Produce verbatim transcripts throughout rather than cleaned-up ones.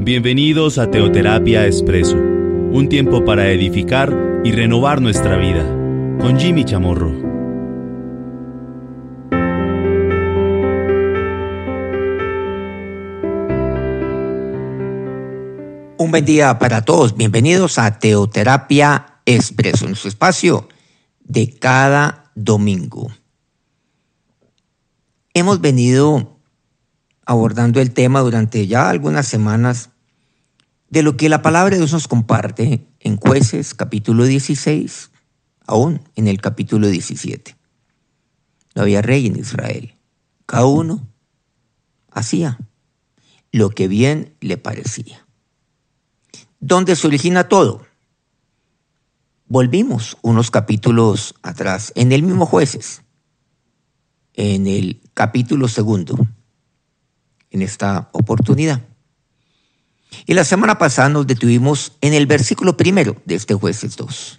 Bienvenidos a Teoterapia Expreso, un tiempo para edificar y renovar nuestra vida, con Jimmy Chamorro. Un buen día para todos. Bienvenidos a Teoterapia Expreso, nuestro espacio de cada domingo. Hemos venido abordando el tema durante ya algunas semanas de lo que la palabra de Dios nos comparte en Jueces capítulo dieciséis, aún en el capítulo diecisiete. No había rey en Israel. Cada uno hacía lo que bien le parecía. ¿Dónde se origina todo? Volvimos unos capítulos atrás, en el mismo Jueces, en el capítulo segundo, en esta oportunidad. Y la semana pasada nos detuvimos en el versículo primero de este Jueces dos.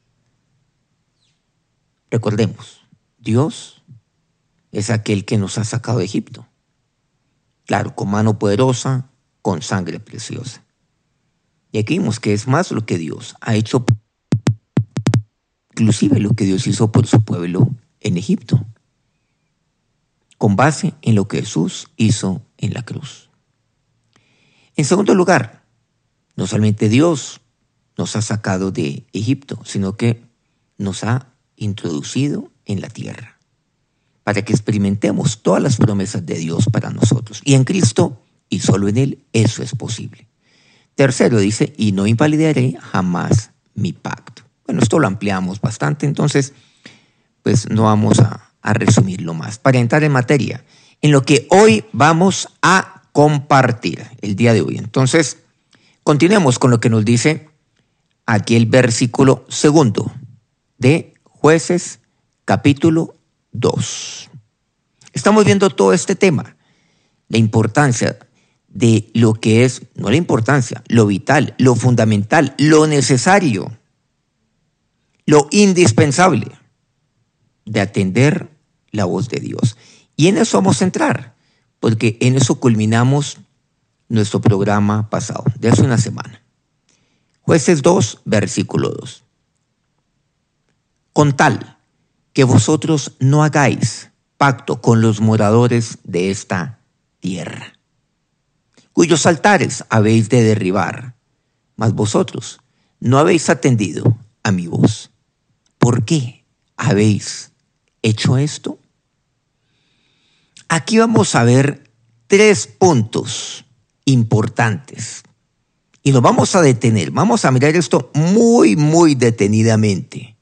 Recordemos, Dios es aquel que nos ha sacado de Egipto. Claro, con mano poderosa, con sangre preciosa. Y aquí vimos que es más lo que Dios ha hecho, inclusive lo que Dios hizo por su pueblo en Egipto, con base en lo que Jesús hizo en la cruz. En segundo lugar, no solamente Dios nos ha sacado de Egipto, sino que nos ha introducido en la tierra para que experimentemos todas las promesas de Dios para nosotros. Y en Cristo, y solo en Él, eso es posible. Tercero dice, y no invalidaré jamás mi pacto. Bueno, esto lo ampliamos bastante, entonces, pues no vamos a, a resumirlo más. Para entrar en materia, en lo que hoy vamos a compartir el día de hoy. Entonces, continuemos con lo que nos dice aquí el versículo segundo de Jueces capítulo dos. Estamos viendo todo este tema, la importancia de lo que es, no la importancia, lo vital, lo fundamental, lo necesario, lo indispensable de atender la voz de Dios. Y en eso vamos a entrar, porque en eso culminamos nuestro programa pasado, de hace una semana. Jueces dos, versículo dos. Con tal que vosotros no hagáis pacto con los moradores de esta tierra, cuyos altares habéis de derribar, mas vosotros no habéis atendido a mi voz. ¿Por qué habéis hecho esto? Aquí vamos a ver tres puntos importantes y nos vamos a detener, vamos a mirar esto muy, muy detenidamente,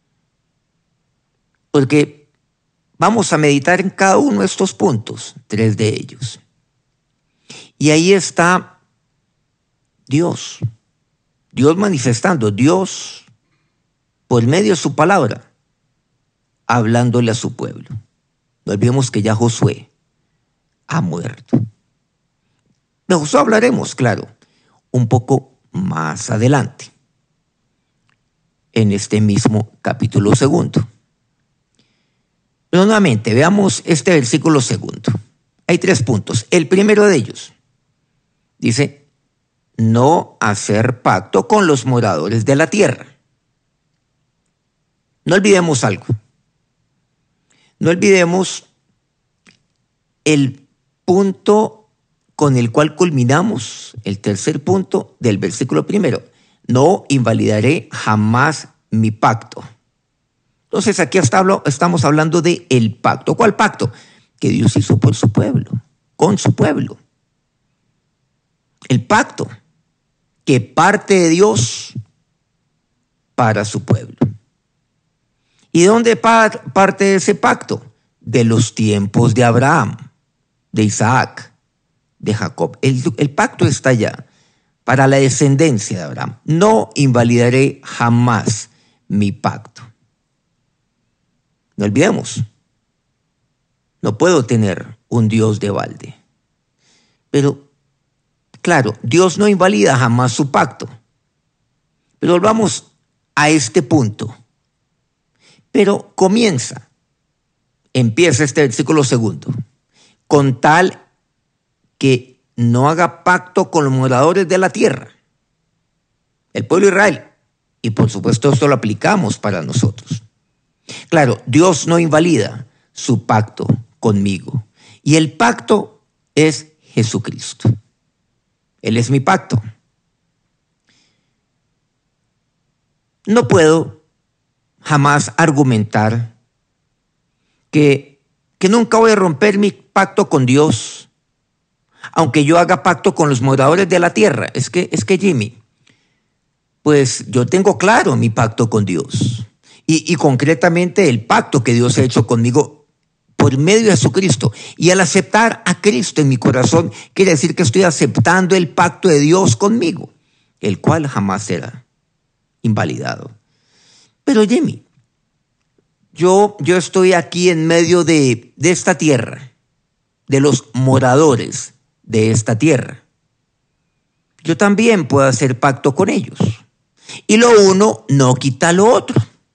porque vamos a meditar en cada uno de estos puntos, tres de ellos. Y ahí está Dios, Dios manifestando, Dios por medio de su palabra, hablándole a su pueblo. No olvidemos que ya Josué ha muerto. De Josué hablaremos, claro, un poco más adelante, en este mismo capítulo segundo. Pero nuevamente, veamos este versículo segundo. Hay tres puntos. El primero de ellos dice, no hacer pacto con los moradores de la tierra. No olvidemos algo. No olvidemos el punto con el cual culminamos, el tercer punto del versículo primero. No invalidaré jamás mi pacto. Entonces aquí estamos hablando de el pacto. ¿Cuál pacto? Que Dios hizo por su pueblo, con su pueblo. El pacto que parte de Dios para su pueblo. ¿Y de dónde parte ese pacto? De los tiempos de Abraham, de Isaac, de Jacob. El, el pacto está allá para la descendencia de Abraham. No invalidaré jamás mi pacto. No olvidemos, no puedo tener un Dios de balde. Pero, claro, Dios no invalida jamás su pacto. Pero volvamos a este punto. Pero comienza, empieza este versículo segundo, con tal que no haga pacto con los moradores de la tierra, el pueblo de Israel. Y por supuesto esto lo aplicamos para nosotros. Claro, Dios no invalida su pacto conmigo. Y el pacto es Jesucristo. Él es mi pacto. No puedo jamás argumentar que, que nunca voy a romper mi pacto con Dios, aunque yo haga pacto con los moradores de la tierra. Es que, es que Jimmy, pues yo tengo claro mi pacto con Dios. Y, y concretamente el pacto que Dios ha hecho conmigo por medio de Jesucristo. Y al aceptar a Cristo en mi corazón, quiere decir que estoy aceptando el pacto de Dios conmigo, el cual jamás será invalidado. Pero Jimmy, yo, yo estoy aquí en medio de, de esta tierra, de los moradores de esta tierra. Yo también puedo hacer pacto con ellos. Y lo uno no quita lo otro.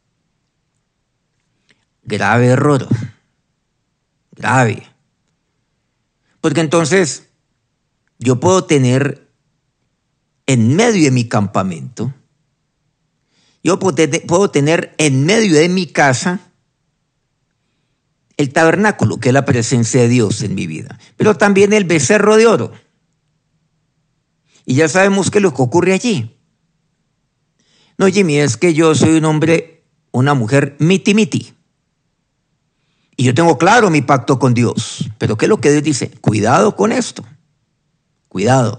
Grave error. Grave. Porque entonces yo puedo tener en medio de mi campamento, yo puedo tener en medio de mi casa el tabernáculo, que es la presencia de Dios en mi vida, pero también el becerro de oro. Y ya sabemos qué es lo que ocurre allí. No, Jimmy, es que yo soy un hombre, una mujer miti miti. Y yo tengo claro mi pacto con Dios. Pero ¿qué es lo que Dios dice? Cuidado con esto. Cuidado.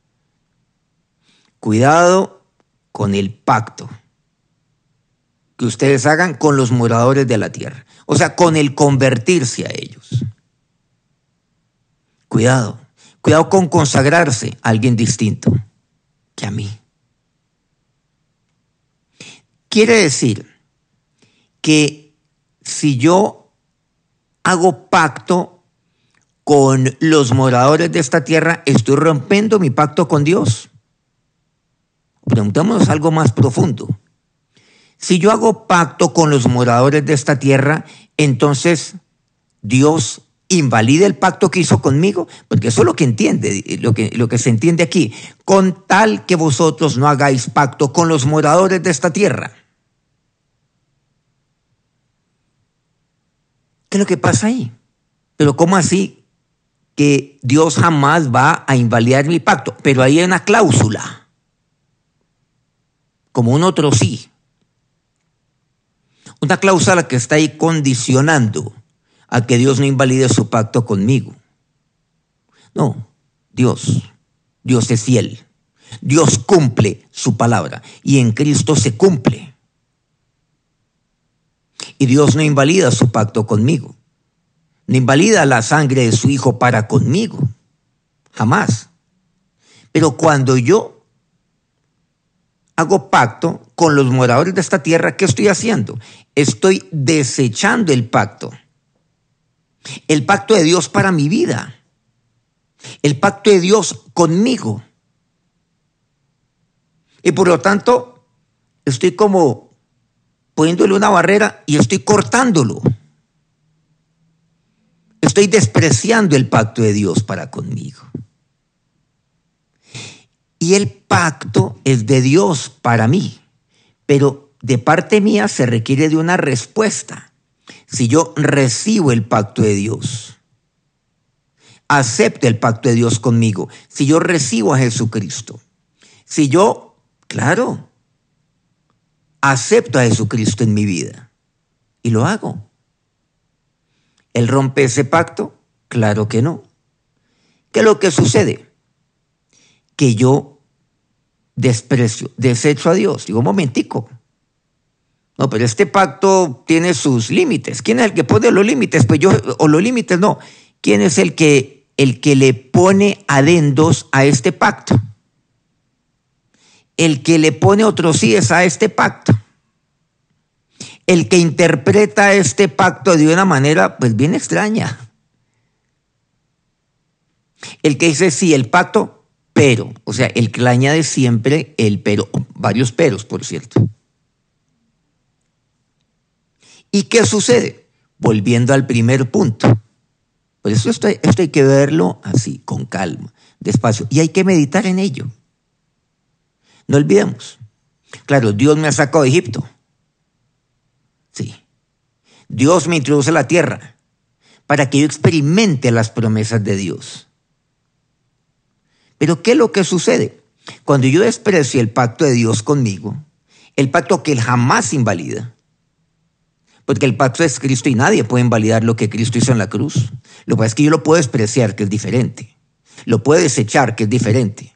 Cuidado con el pacto que ustedes hagan con los moradores de la tierra. O sea, con el convertirse a ellos. Cuidado. Cuidado con consagrarse a alguien distinto que a mí. Quiere decir que si yo hago pacto con los moradores de esta tierra, ¿estoy rompiendo mi pacto con Dios? Preguntémonos algo más profundo. Si yo hago pacto con los moradores de esta tierra, entonces Dios invalida el pacto que hizo conmigo, porque eso es lo que entiende, lo que, lo que se entiende aquí. Con tal que vosotros no hagáis pacto con los moradores de esta tierra. ¿Qué es lo que pasa ahí? Pero ¿cómo así que Dios jamás va a invalidar mi pacto? Pero ahí hay una cláusula, como un otro sí. Una cláusula que está ahí condicionando a que Dios no invalide su pacto conmigo. No, Dios, Dios es fiel. Dios cumple su palabra y en Cristo se cumple. Y Dios no invalida su pacto conmigo. No invalida la sangre de su Hijo para conmigo. Jamás. Pero cuando yo hago pacto con los moradores de esta tierra, ¿qué estoy haciendo? Estoy desechando el pacto. El pacto de Dios para mi vida. El pacto de Dios conmigo. Y por lo tanto, estoy como poniéndole una barrera y estoy cortándolo. Estoy despreciando el pacto de Dios para conmigo. Y el pacto es de Dios para mí, pero de parte mía se requiere de una respuesta. Si yo recibo el pacto de Dios, acepto el pacto de Dios conmigo, si yo recibo a Jesucristo, si yo, claro, acepto a Jesucristo en mi vida y lo hago. ¿Él rompe ese pacto? Claro que no. ¿Qué es lo que sucede? Que yo desprecio, desecho a Dios. Digo, un momentico. No, pero este pacto tiene sus límites. ¿Quién es el que pone los límites? Pues yo, o los límites no. ¿Quién es el que, el que le pone adendos a este pacto? El que le pone otros síes a este pacto. El que interpreta este pacto de una manera, pues bien extraña. El que dice sí, el pacto, pero. O sea, el que le añade siempre el pero, varios peros, por cierto. ¿Y qué sucede? Volviendo al primer punto. Por eso esto, esto hay que verlo así, con calma. despacio. Y hay que meditar en ello. No olvidemos. Claro, Dios me ha sacado de Egipto. Sí. Dios me introduce a la tierra para que yo experimente las promesas de Dios. Pero ¿qué es lo que sucede? Cuando yo desprecio el pacto de Dios conmigo, el pacto que Él jamás invalida, porque el pacto es Cristo y nadie puede invalidar lo que Cristo hizo en la cruz. Lo que pasa es que yo lo puedo despreciar, que es diferente. Lo puedo desechar, que es diferente.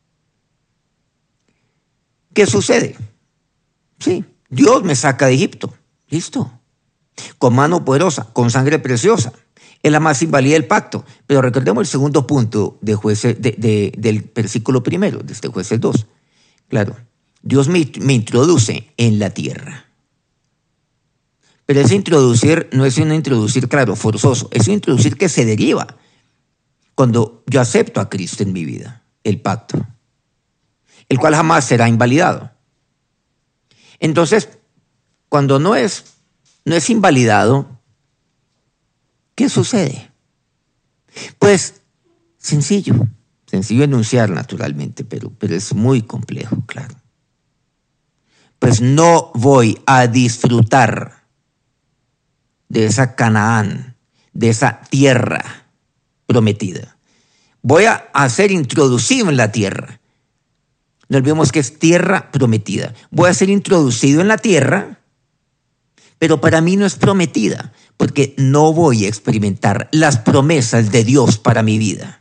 ¿Qué sucede? Sí, Dios me saca de Egipto. Listo. Con mano poderosa, con sangre preciosa. Él jamás invalida el pacto. Pero recordemos el segundo punto de Jueces, de, de, del versículo primero, de este Jueces dos. Claro, Dios me, me introduce en la tierra. Pero ese introducir no es un introducir, claro, forzoso. Es un introducir que se deriva cuando yo acepto a Cristo en mi vida, el pacto, el cual jamás será invalidado. Entonces, cuando no es, no es invalidado, ¿qué sucede? Pues sencillo, sencillo enunciar naturalmente, pero, pero es muy complejo, claro. Pues no voy a disfrutar de esa Canaán, de esa tierra prometida. Voy a, a ser introducido en la tierra. No olvidemos que es tierra prometida. Voy a ser introducido en la tierra, pero para mí no es prometida, porque no voy a experimentar las promesas de Dios para mi vida.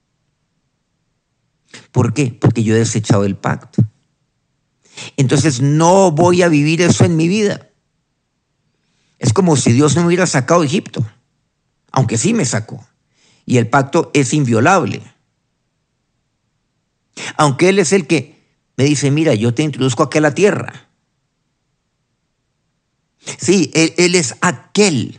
¿Por qué? Porque yo he desechado el pacto. Entonces no voy a vivir eso en mi vida. Es como si Dios no me hubiera sacado de Egipto, aunque sí me sacó. Y el pacto es inviolable. Aunque Él es el que me dice, mira, yo te introduzco aquí a la tierra. Sí, Él, él es aquel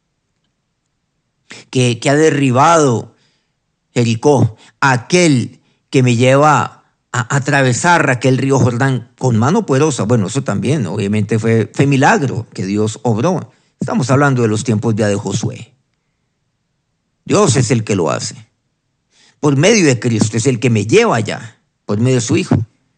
que, que ha derribado Jericó, aquel que me lleva a atravesar aquel río Jordán con mano poderosa. Bueno, eso también, obviamente, fue, fue milagro que Dios obró. Estamos hablando de los tiempos ya de Josué. Dios es el que lo hace. Por medio de Cristo es el que me lleva allá, por medio de su Hijo.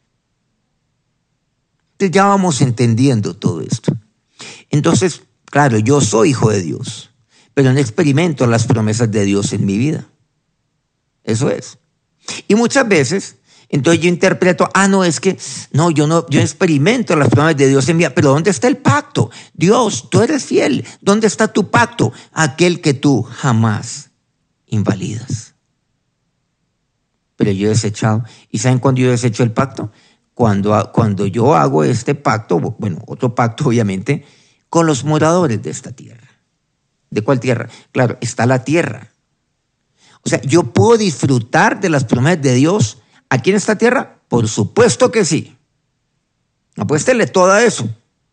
Entonces ya vamos entendiendo todo esto. Entonces, claro, yo soy hijo de Dios, pero no experimento las promesas de Dios en mi vida. Eso es. Y muchas veces, entonces yo interpreto, ah, no, es que, no, yo no, yo experimento las promesas de Dios en mi vida, pero ¿dónde está el pacto? Dios, tú eres fiel. ¿Dónde está tu pacto? Aquel que tú jamás invalidas. Pero yo he desechado. ¿Y saben cuándo yo desecho el pacto? Cuando, cuando yo hago este pacto, bueno, otro pacto obviamente, con los moradores de esta tierra. ¿De cuál tierra? Claro, está la tierra. O sea, ¿yo puedo disfrutar de las promesas de Dios aquí en esta tierra? Por supuesto que sí. Apuéstele todo a eso.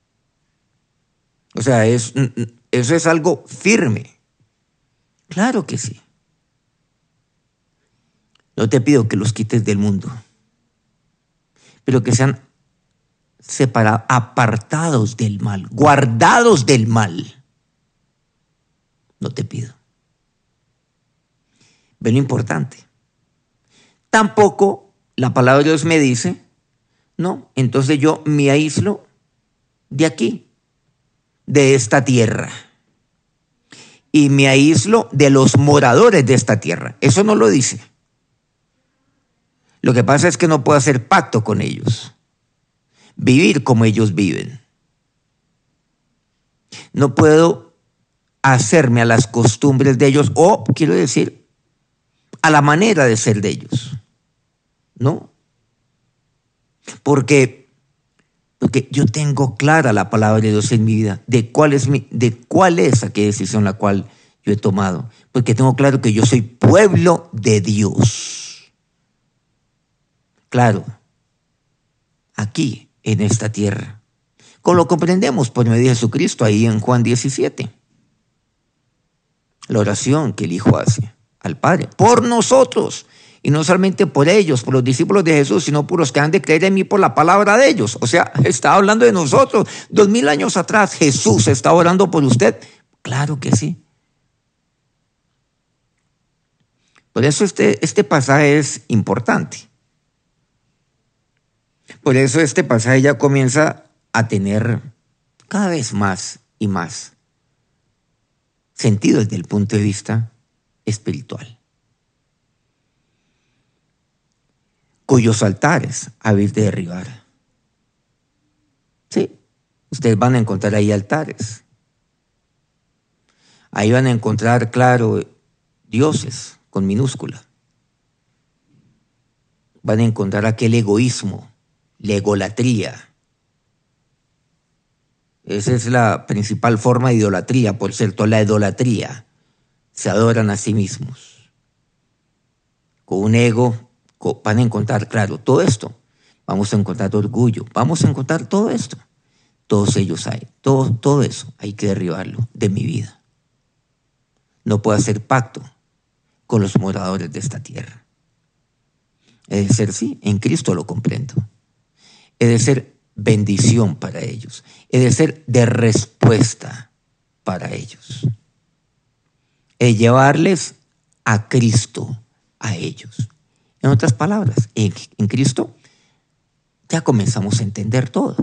O sea, es, eso es algo firme. Claro que sí. No te pido que los quites del mundo, pero que sean separados, apartados del mal, guardados del mal. No te pido. Ve lo importante. Tampoco la palabra de Dios me dice, no, entonces yo me aíslo de aquí, de esta tierra, y me aíslo de los moradores de esta tierra. Eso no lo dice. Lo que pasa es que no puedo hacer pacto con ellos, vivir como ellos viven. No puedo hacerme a las costumbres de ellos, o quiero decir, a la manera de ser de ellos. ¿No? Porque, porque yo tengo clara la palabra de Dios en mi vida, de cuál es mi, de cuál es aquella decisión la cual yo he tomado. Porque tengo claro que yo soy pueblo de Dios. Claro, aquí, en esta tierra. Como lo comprendemos por medio de Jesucristo, ahí en Juan diecisiete. La oración que el Hijo hace al Padre, por nosotros, y no solamente por ellos, por los discípulos de Jesús, sino por los que han de creer en mí por la palabra de ellos. O sea, está hablando de nosotros. Dos mil años atrás, Jesús está orando por usted. Claro que sí. Por eso este, este pasaje es importante. Por eso este pasaje ya comienza a tener cada vez más y más sentido desde el punto de vista espiritual. Cuyos altares habéis de derribar. Sí, ustedes van a encontrar ahí altares. Ahí van a encontrar, claro, dioses con minúscula. Van a encontrar aquel egoísmo, la egolatría. Esa es la principal forma de idolatría, por cierto, la idolatría. Se adoran a sí mismos. Con un ego van a encontrar, claro, todo esto. Vamos a encontrar orgullo, vamos a encontrar todo esto. Todos ellos hay, todo, todo eso hay que derribarlo de mi vida. No puedo hacer pacto con los moradores de esta tierra. He de ser, sí, en Cristo lo comprendo. He de ser bendición para ellos. He de ser de respuesta para ellos. He de llevarles a Cristo, a ellos. En otras palabras, en, en Cristo ya comenzamos a entender todo.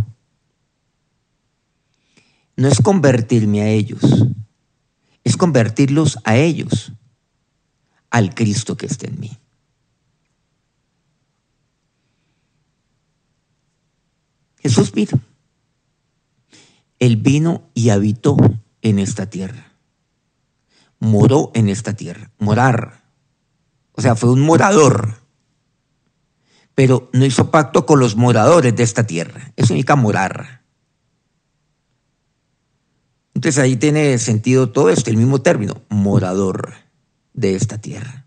No es convertirme a ellos, es convertirlos a ellos, al Cristo que está en mí. Jesús vino. Él vino y habitó en esta tierra. Moró en esta tierra. Morar. O sea, fue un morador. Pero no hizo pacto con los moradores de esta tierra. Eso significa morar. Entonces ahí tiene sentido todo esto, el mismo término, morador de esta tierra.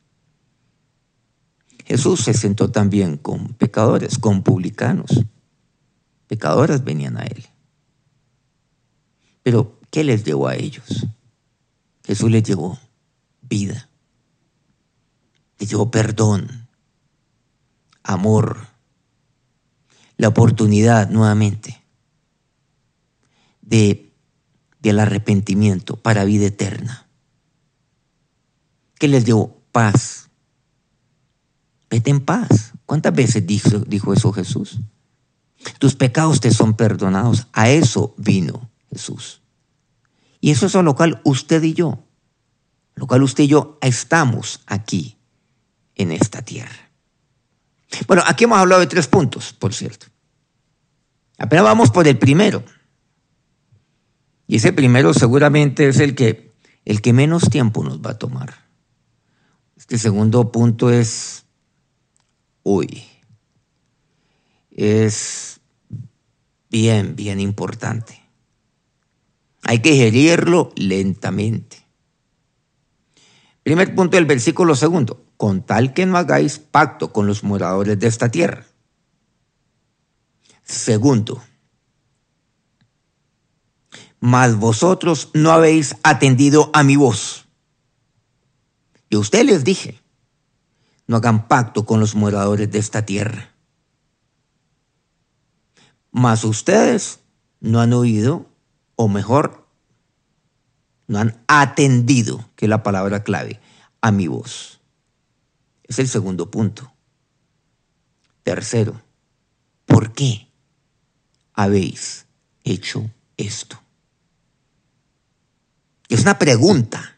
Jesús se sentó también con pecadores, con publicanos. Pecadores venían a él. Pero, ¿qué les llevó a ellos? Jesús les llevó vida. Les llevó perdón, amor, la oportunidad nuevamente de, del arrepentimiento para vida eterna. ¿Qué les llevó? Paz. Vete en paz. ¿Cuántas veces dijo, dijo eso Jesús? Tus pecados te son perdonados. A eso vino Jesús. Y eso es a lo cual usted y yo, lo cual usted y yo estamos aquí en esta tierra. Bueno, aquí hemos hablado de tres puntos, por cierto. Apenas vamos por el primero. Y ese primero seguramente es el que, el que menos tiempo nos va a tomar. Este segundo punto es, uy, es bien, bien importante. Hay que digerirlo lentamente. Primer punto del versículo segundo. Con tal que no hagáis pacto con los moradores de esta tierra. Segundo. Mas vosotros no habéis atendido a mi voz. Y a ustedes les dije, no hagan pacto con los moradores de esta tierra. Mas ustedes no han oído, o mejor, no han atendido, que es la palabra clave, a mi voz. Es el segundo punto. Tercero, ¿por qué habéis hecho esto? Es una pregunta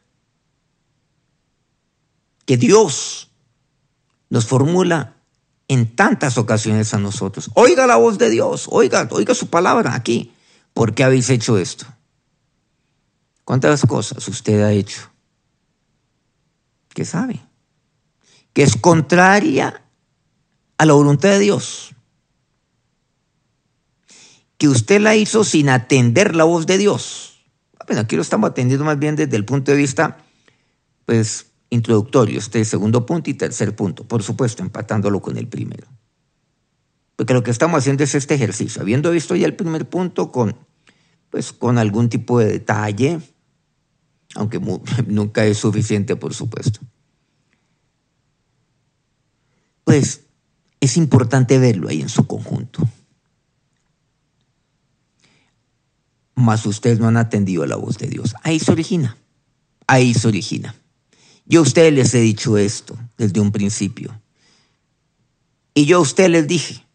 que Dios nos formula en tantas ocasiones a nosotros. Oiga la voz de Dios, oiga, oiga su palabra aquí. ¿Por qué habéis hecho esto? ¿Cuántas cosas usted ha hecho que sabe que es contraria a la voluntad de Dios? Que usted la hizo sin atender la voz de Dios. Bueno, aquí lo estamos atendiendo más bien desde el punto de vista, pues, introductorio, este segundo punto y tercer punto, por supuesto, empatándolo con el primero. Porque lo que estamos haciendo es este ejercicio, habiendo visto ya el primer punto con, pues, con algún tipo de detalle, aunque muy, nunca es suficiente, por supuesto. Pues es importante verlo ahí en su conjunto. Mas ustedes no han atendido a la voz de Dios. Ahí se origina, ahí se origina. Yo a ustedes les he dicho esto desde un principio. Y yo a ustedes les dije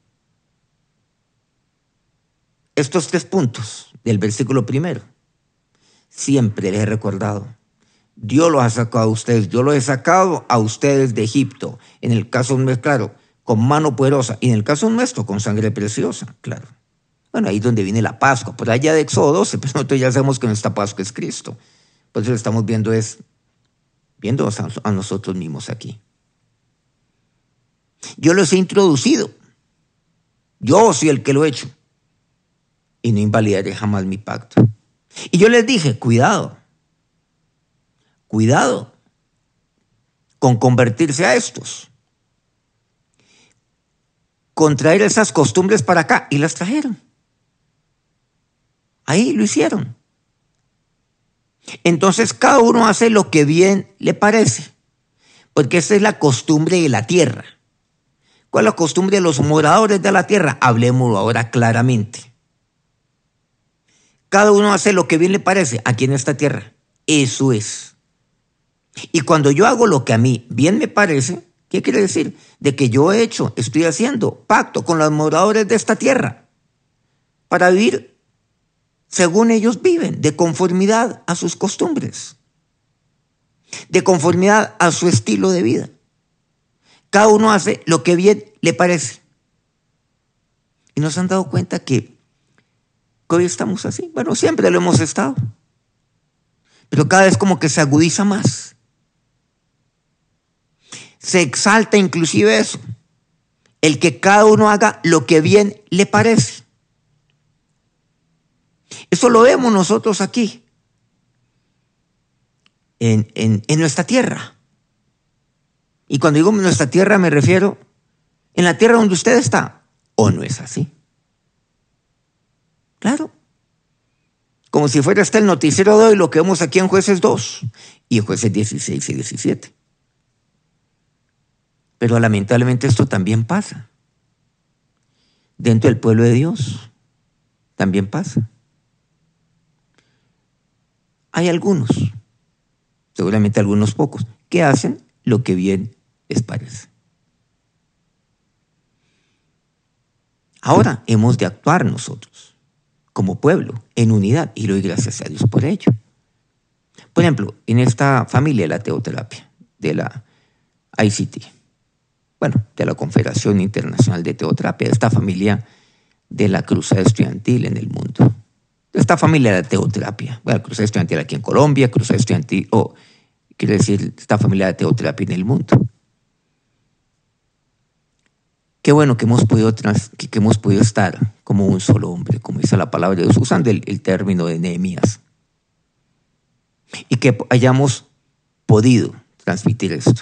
estos tres puntos del versículo primero. Siempre les he recordado. Dios los ha sacado a ustedes. Yo los he sacado a ustedes de Egipto. En el caso nuestro, claro, con mano poderosa. Y en el caso nuestro, con sangre preciosa, claro. Bueno, ahí es donde viene la Pascua. Por allá de Éxodo doce, pero nosotros ya sabemos que nuestra Pascua es Cristo. Por eso lo estamos viendo es, viendo a nosotros mismos aquí. Yo los he introducido. Yo soy el que lo he hecho. Y no invalidaré jamás mi pacto. Y yo les dije, cuidado. Cuidado con convertirse a estos. Con traer esas costumbres para acá. Y las trajeron. Ahí lo hicieron. Entonces cada uno hace lo que bien le parece. Porque esa es la costumbre de la tierra. ¿Cuál es la costumbre de los moradores de la tierra? Hablemoslo ahora claramente. Cada uno hace lo que bien le parece aquí en esta tierra. Eso es. Y cuando yo hago lo que a mí bien me parece, ¿qué quiere decir? De que yo he hecho, estoy haciendo pacto con los moradores de esta tierra para vivir según ellos viven, de conformidad a sus costumbres, de conformidad a su estilo de vida. Cada uno hace lo que bien le parece. Y nos han dado cuenta que hoy estamos así. Bueno, siempre lo hemos estado. Pero cada vez como que se agudiza más. Se exalta inclusive eso. El que cada uno haga lo que bien le parece. Eso lo vemos nosotros aquí. En, en, en nuestra tierra. Y cuando digo nuestra tierra me refiero en la tierra donde usted está. ¿O no es así? Claro. Como si fuera hasta el noticiero de hoy, lo que vemos aquí en Jueces dos y en Jueces dieciséis y diecisiete. Pero lamentablemente esto también pasa. Dentro del pueblo de Dios también pasa. Hay algunos, seguramente algunos pocos, que hacen lo que bien les parece. Ahora hemos de actuar nosotros como pueblo, en unidad, y le doy gracias a Dios por ello. Por ejemplo, en esta familia de la teoterapia, de la I C T, bueno, de la Confederación Internacional de Teoterapia, esta familia de la cruzada estudiantil en el mundo, esta familia de la teoterapia, bueno, cruzada estudiantil aquí en Colombia, cruzada estudiantil, o oh, quiere decir, esta familia de teoterapia en el mundo. Qué bueno que hemos podido, trans, que, que hemos podido estar como un solo hombre, como dice la palabra de Dios, usando el, el término de Nehemías. Y que hayamos podido transmitir esto.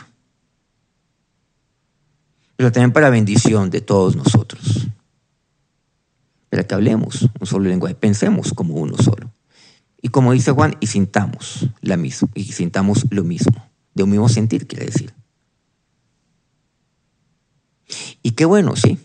Pero también para bendición de todos nosotros. Para que hablemos un solo lenguaje, pensemos como uno solo. Y como dice Juan, y sintamos, la misma, y sintamos lo mismo, de un mismo sentir, quiere decir. Y qué bueno, sí,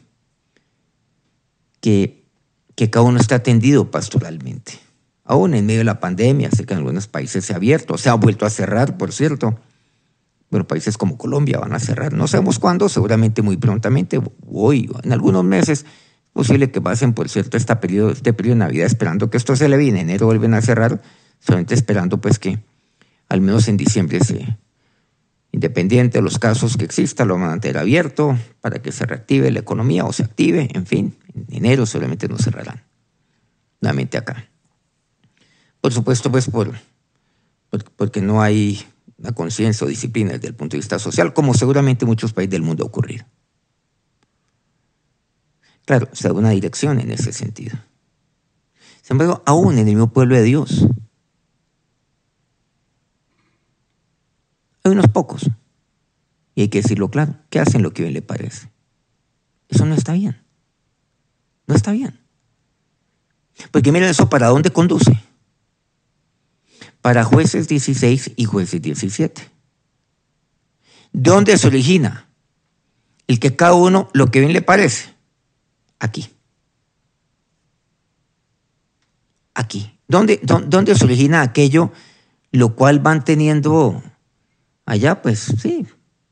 que, que cada uno está atendido pastoralmente. Aún en medio de la pandemia, sé que en algunos países se ha abierto, se ha vuelto a cerrar, por cierto. Bueno, países como Colombia van a cerrar, no sabemos cuándo, seguramente muy prontamente, hoy o en algunos meses. Es posible que pasen, por cierto, este periodo, este periodo de Navidad esperando que esto se le viene. En enero vuelven a cerrar, solamente esperando pues que al menos en diciembre se... Independiente de los casos que exista, lo van a mantener abierto para que se reactive la economía o se active, en fin, en enero solamente nos cerrarán. Nuevamente acá. Por supuesto, pues por, por, porque no hay una conciencia o disciplina desde el punto de vista social, como seguramente en muchos países del mundo ha ocurrido. Claro, se da una dirección en ese sentido. Sin embargo, aún en el mismo pueblo de Dios, hay unos pocos, y hay que decirlo claro, que hacen lo que bien le parece. Eso no está bien. No está bien. Porque miren eso, ¿para dónde conduce? Para Jueces dieciséis y Jueces diecisiete. ¿De dónde se origina? El que cada uno lo que bien le parece. Aquí. Aquí. ¿Dónde, dónde, dónde se origina aquello lo cual van teniendo allá pues sí,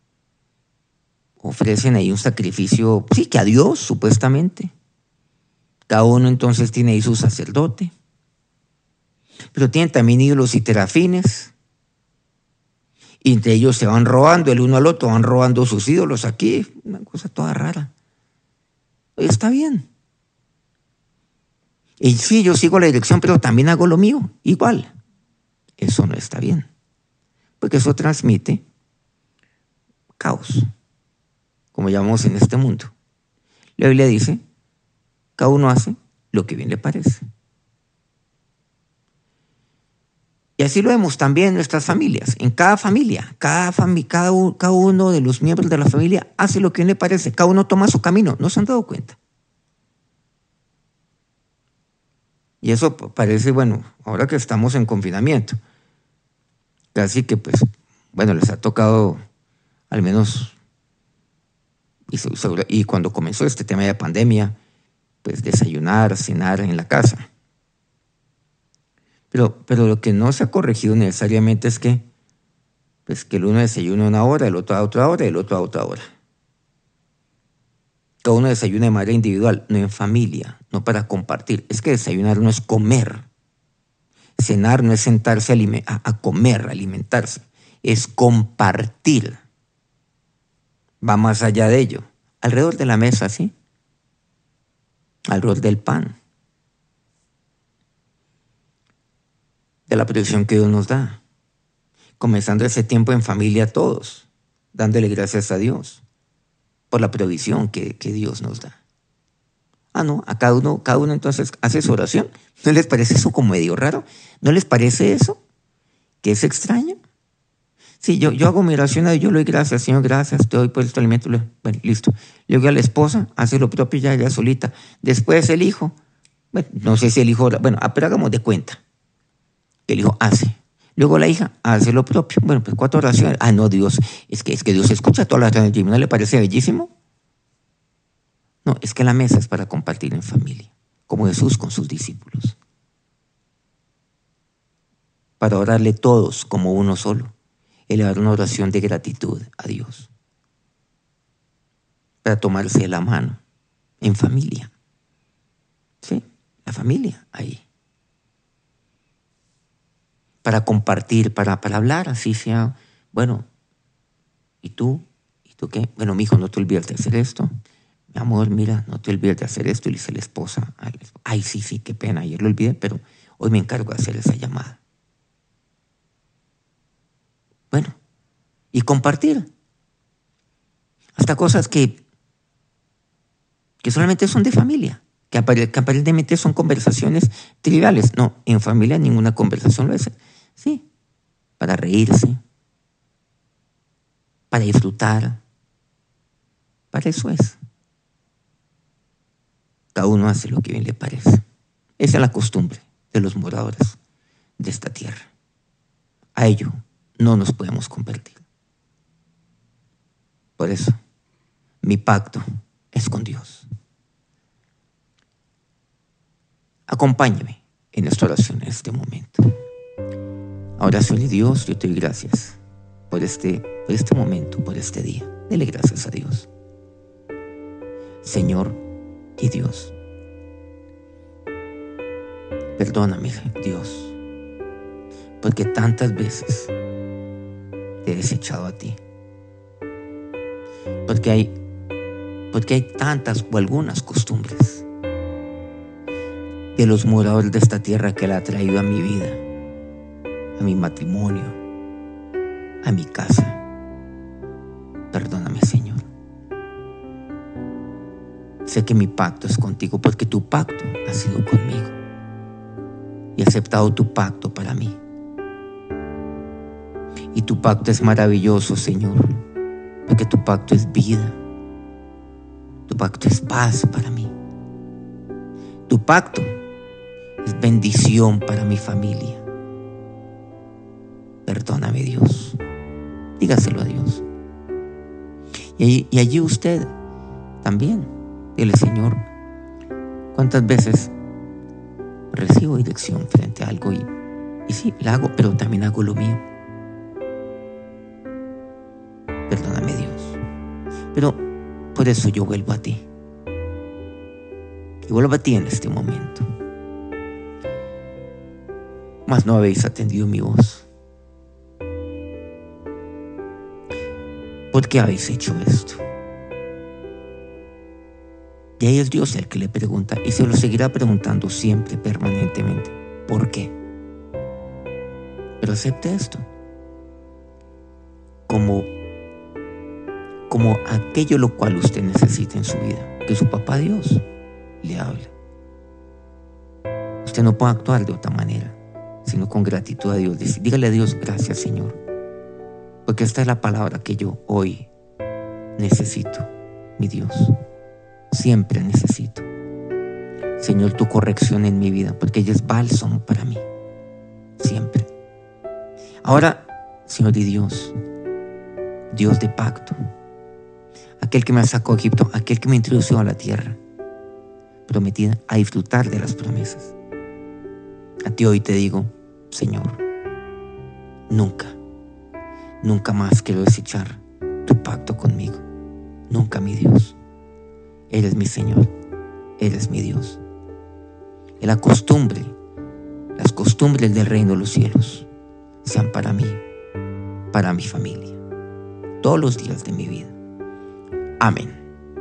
ofrecen ahí un sacrificio, sí, que a Dios supuestamente. Cada uno entonces tiene ahí su sacerdote. Pero tienen también ídolos y terafines. Y entre ellos se van robando el uno al otro, van robando sus ídolos aquí. Una cosa toda rara. Está bien. Y sí, yo sigo la dirección, pero también hago lo mío, igual. Eso no está bien. Porque eso transmite caos, como llamamos en este mundo. La Biblia dice, cada uno hace lo que bien le parece. Y así lo vemos también en nuestras familias. En cada familia, cada, fami cada, cada uno de los miembros de la familia hace lo que bien le parece. Cada uno toma su camino. ¿No se han dado cuenta? Y eso parece, bueno, ahora que estamos en confinamiento, casi que pues, bueno, les ha tocado al menos, y, seguro, y cuando comenzó este tema de pandemia, pues desayunar, cenar en la casa. Pero, pero lo que no se ha corregido necesariamente es que, pues, que el uno desayuna una hora, el otro a otra hora, el otro a otra hora. Cada uno desayuna de manera individual, no en familia, no para compartir. Es que desayunar no es comer. Cenar no es sentarse a, a, a comer, a alimentarse. Es compartir. Va más allá de ello. Alrededor de la mesa, ¿sí? Alrededor del pan. De la protección que Dios nos da. Comenzando ese tiempo en familia todos, dándole gracias a Dios por la provisión que, que Dios nos da. Ah, no, a cada uno, cada uno entonces hace su oración. ¿No les parece eso como medio raro? ¿No les parece eso? ¿Que es extraño? Sí, yo, yo hago mi oración a Dios, yo le doy gracias, Señor, gracias, te doy por este alimento. Bueno, listo. Luego a la esposa, hace lo propio ya, ya solita. Después el hijo, bueno, no sé si el hijo, bueno, pero hagamos de cuenta que el hijo hace. Luego la hija hace lo propio. Bueno, pues cuatro oraciones. Ah, no, Dios, es que, es que Dios escucha todas las oraciones. ¿No le parece bellísimo? No, es que la mesa es para compartir en familia, como Jesús con sus discípulos. Para orarle todos como uno solo. Elevar una oración de gratitud a Dios. Para tomarse la mano en familia. Sí, la familia ahí. Para compartir, para, para hablar, así sea, bueno, ¿y tú? ¿Y tú qué? Bueno, mijo, no te olvides de hacer esto. Mi amor, mira, no te olvides de hacer esto. Y le dice la esposa, ay, sí, sí, qué pena, ayer lo olvidé, pero hoy me encargo de hacer esa llamada. Bueno, y compartir. Hasta cosas que, que solamente son de familia, que, apare, que aparentemente son conversaciones triviales. No, en familia ninguna conversación lo es. Sí, para reírse, para disfrutar, para eso es. Cada uno hace lo que bien le parece. Esa es la costumbre de los moradores de esta tierra. A ello no nos podemos convertir. Por eso, mi pacto es con Dios. Acompáñame en esta oración en este momento. Ahora, Señor Dios, yo te doy gracias por este, por este momento, por este día. Dele gracias a Dios. Señor y Dios, perdóname, Dios, porque tantas veces te he desechado a ti. Porque hay, porque hay tantas o algunas costumbres de los moradores de esta tierra que la ha traído a mi vida, a mi matrimonio, a mi casa. Perdóname, Señor. Sé que mi pacto es contigo porque tu pacto ha sido conmigo. Y he aceptado tu pacto para mí. Y tu pacto es maravilloso, Señor, porque tu pacto es vida. Tu pacto es paz para mí. Tu pacto es bendición para mi familia. Perdóname, Dios. Dígaselo a Dios. Y allí, y allí usted también, dile, Señor, ¿cuántas veces recibo dirección frente a algo? Y, y sí, la hago, pero también hago lo mío. Pero por eso yo vuelvo a ti. Y vuelvo a ti en este momento. Mas no habéis atendido mi voz. ¿Por qué habéis hecho esto? Y ahí es Dios el que le pregunta, y se lo seguirá preguntando siempre, permanentemente. ¿Por qué? Pero acepte esto como, como aquello lo cual usted necesita en su vida, que su papá Dios le hable. Usted no puede actuar de otra manera, sino con gratitud a Dios. Dígale a Dios, gracias Señor, porque esta es la palabra que yo hoy necesito, mi Dios. Siempre necesito, Señor, tu corrección en mi vida, porque ella es bálsamo para mí, siempre. Ahora, Señor y Dios, Dios de pacto, aquel que me sacó de Egipto, aquel que me introdujo a la tierra prometida, a disfrutar de las promesas. A ti hoy te digo, Señor, nunca, nunca más quiero desechar tu pacto conmigo. Nunca, mi Dios. Eres mi Señor, eres mi Dios. Y la costumbre, las costumbres del reino de los cielos sean para mí, para mi familia, todos los días de mi vida. Amén.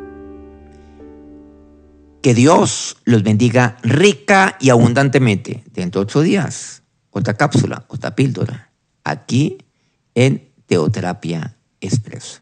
Que Dios los bendiga rica y abundantemente. Dentro de ocho días, otra cápsula, otra píldora, aquí en Teoterapia Expreso.